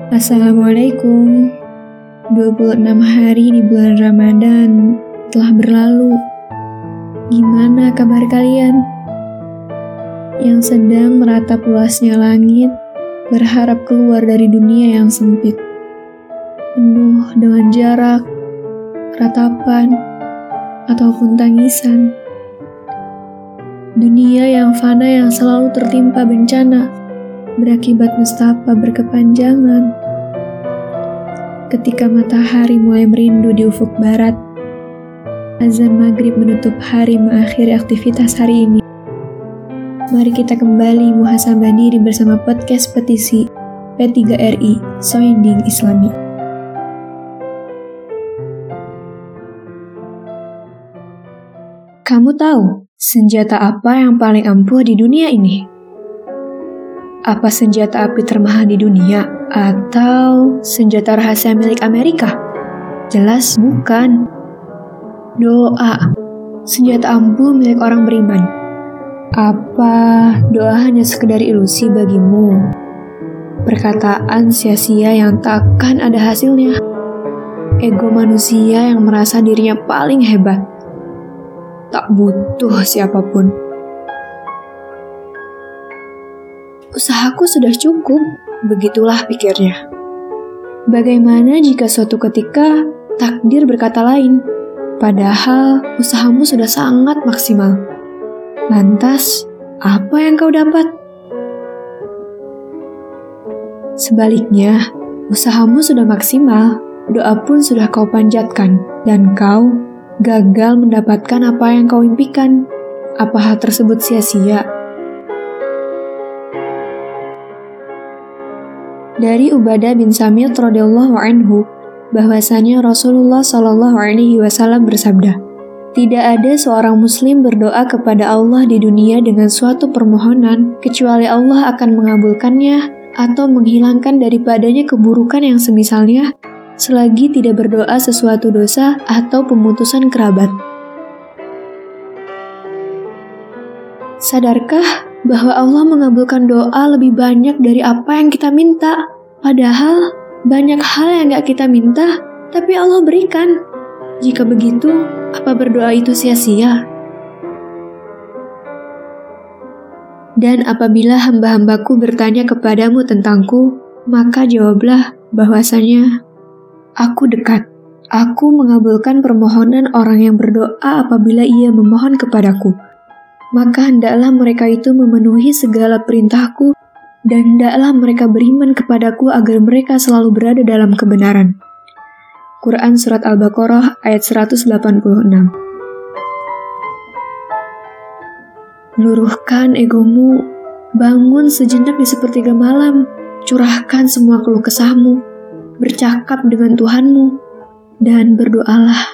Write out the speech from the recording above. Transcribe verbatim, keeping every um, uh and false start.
Assalamualaikum. dua puluh enam hari di bulan Ramadan telah berlalu. Gimana kabar kalian? Yang sedang meratap luasnya langit, berharap keluar dari dunia yang sempit, penuh dengan jarak, ratapan, ataupun tangisan. Dunia yang fana yang selalu tertimpa bencana, berakibat nestapa berkepanjangan. Ketika matahari mulai merindu di ufuk barat, azan maghrib menutup hari mengakhiri aktivitas hari ini. Mari kita kembali muhasabah diri bersama podcast petisi P tiga R I Sounding Islami. Kamu tahu senjata apa yang paling ampuh di dunia ini? Apa senjata api termahal di dunia? Atau senjata rahasia milik Amerika? Jelas bukan. Doa, senjata ampuh milik orang beriman. Apa doa hanya sekedar ilusi bagimu? Perkataan sia-sia yang takkan ada hasilnya. Ego manusia yang merasa dirinya paling hebat. Tak butuh siapapun. Usahaku sudah cukup, begitulah pikirnya. Bagaimana jika suatu ketika takdir berkata lain, padahal usahamu sudah sangat maksimal. Lantas, apa yang kau dapat? Sebaliknya, usahamu sudah maksimal, doa pun sudah kau panjatkan, dan kau gagal mendapatkan apa yang kau impikan. Apa hal tersebut sia-sia? Dari Ubadah bin Samit radhiyallahu anhu, bahwasanya Rasulullah shallallahu alaihi wasallam bersabda, tidak ada seorang muslim berdoa kepada Allah di dunia dengan suatu permohonan, kecuali Allah akan mengabulkannya atau menghilangkan daripadanya keburukan yang semisalnya, selagi tidak berdoa sesuatu dosa atau pemutusan kerabat. Sadarkah bahwa Allah mengabulkan doa lebih banyak dari apa yang kita minta? Padahal banyak hal yang gak kita minta, tapi Allah berikan. Jika begitu, apa berdoa itu sia-sia? Dan apabila hamba-hambaku bertanya kepadamu tentangku, maka jawablah bahwasanya aku dekat. Aku mengabulkan permohonan orang yang berdoa apabila ia memohon kepadaku. Maka hendaklah mereka itu memenuhi segala perintahku, dan hendaklah mereka beriman kepadaku agar mereka selalu berada dalam kebenaran. Quran Surat Al-Baqarah ayat seratus delapan puluh enam. Luruhkan egomu, bangun sejenak di sepertiga malam, curahkan semua keluh kesahmu, bercakap dengan Tuhanmu, dan berdoalah.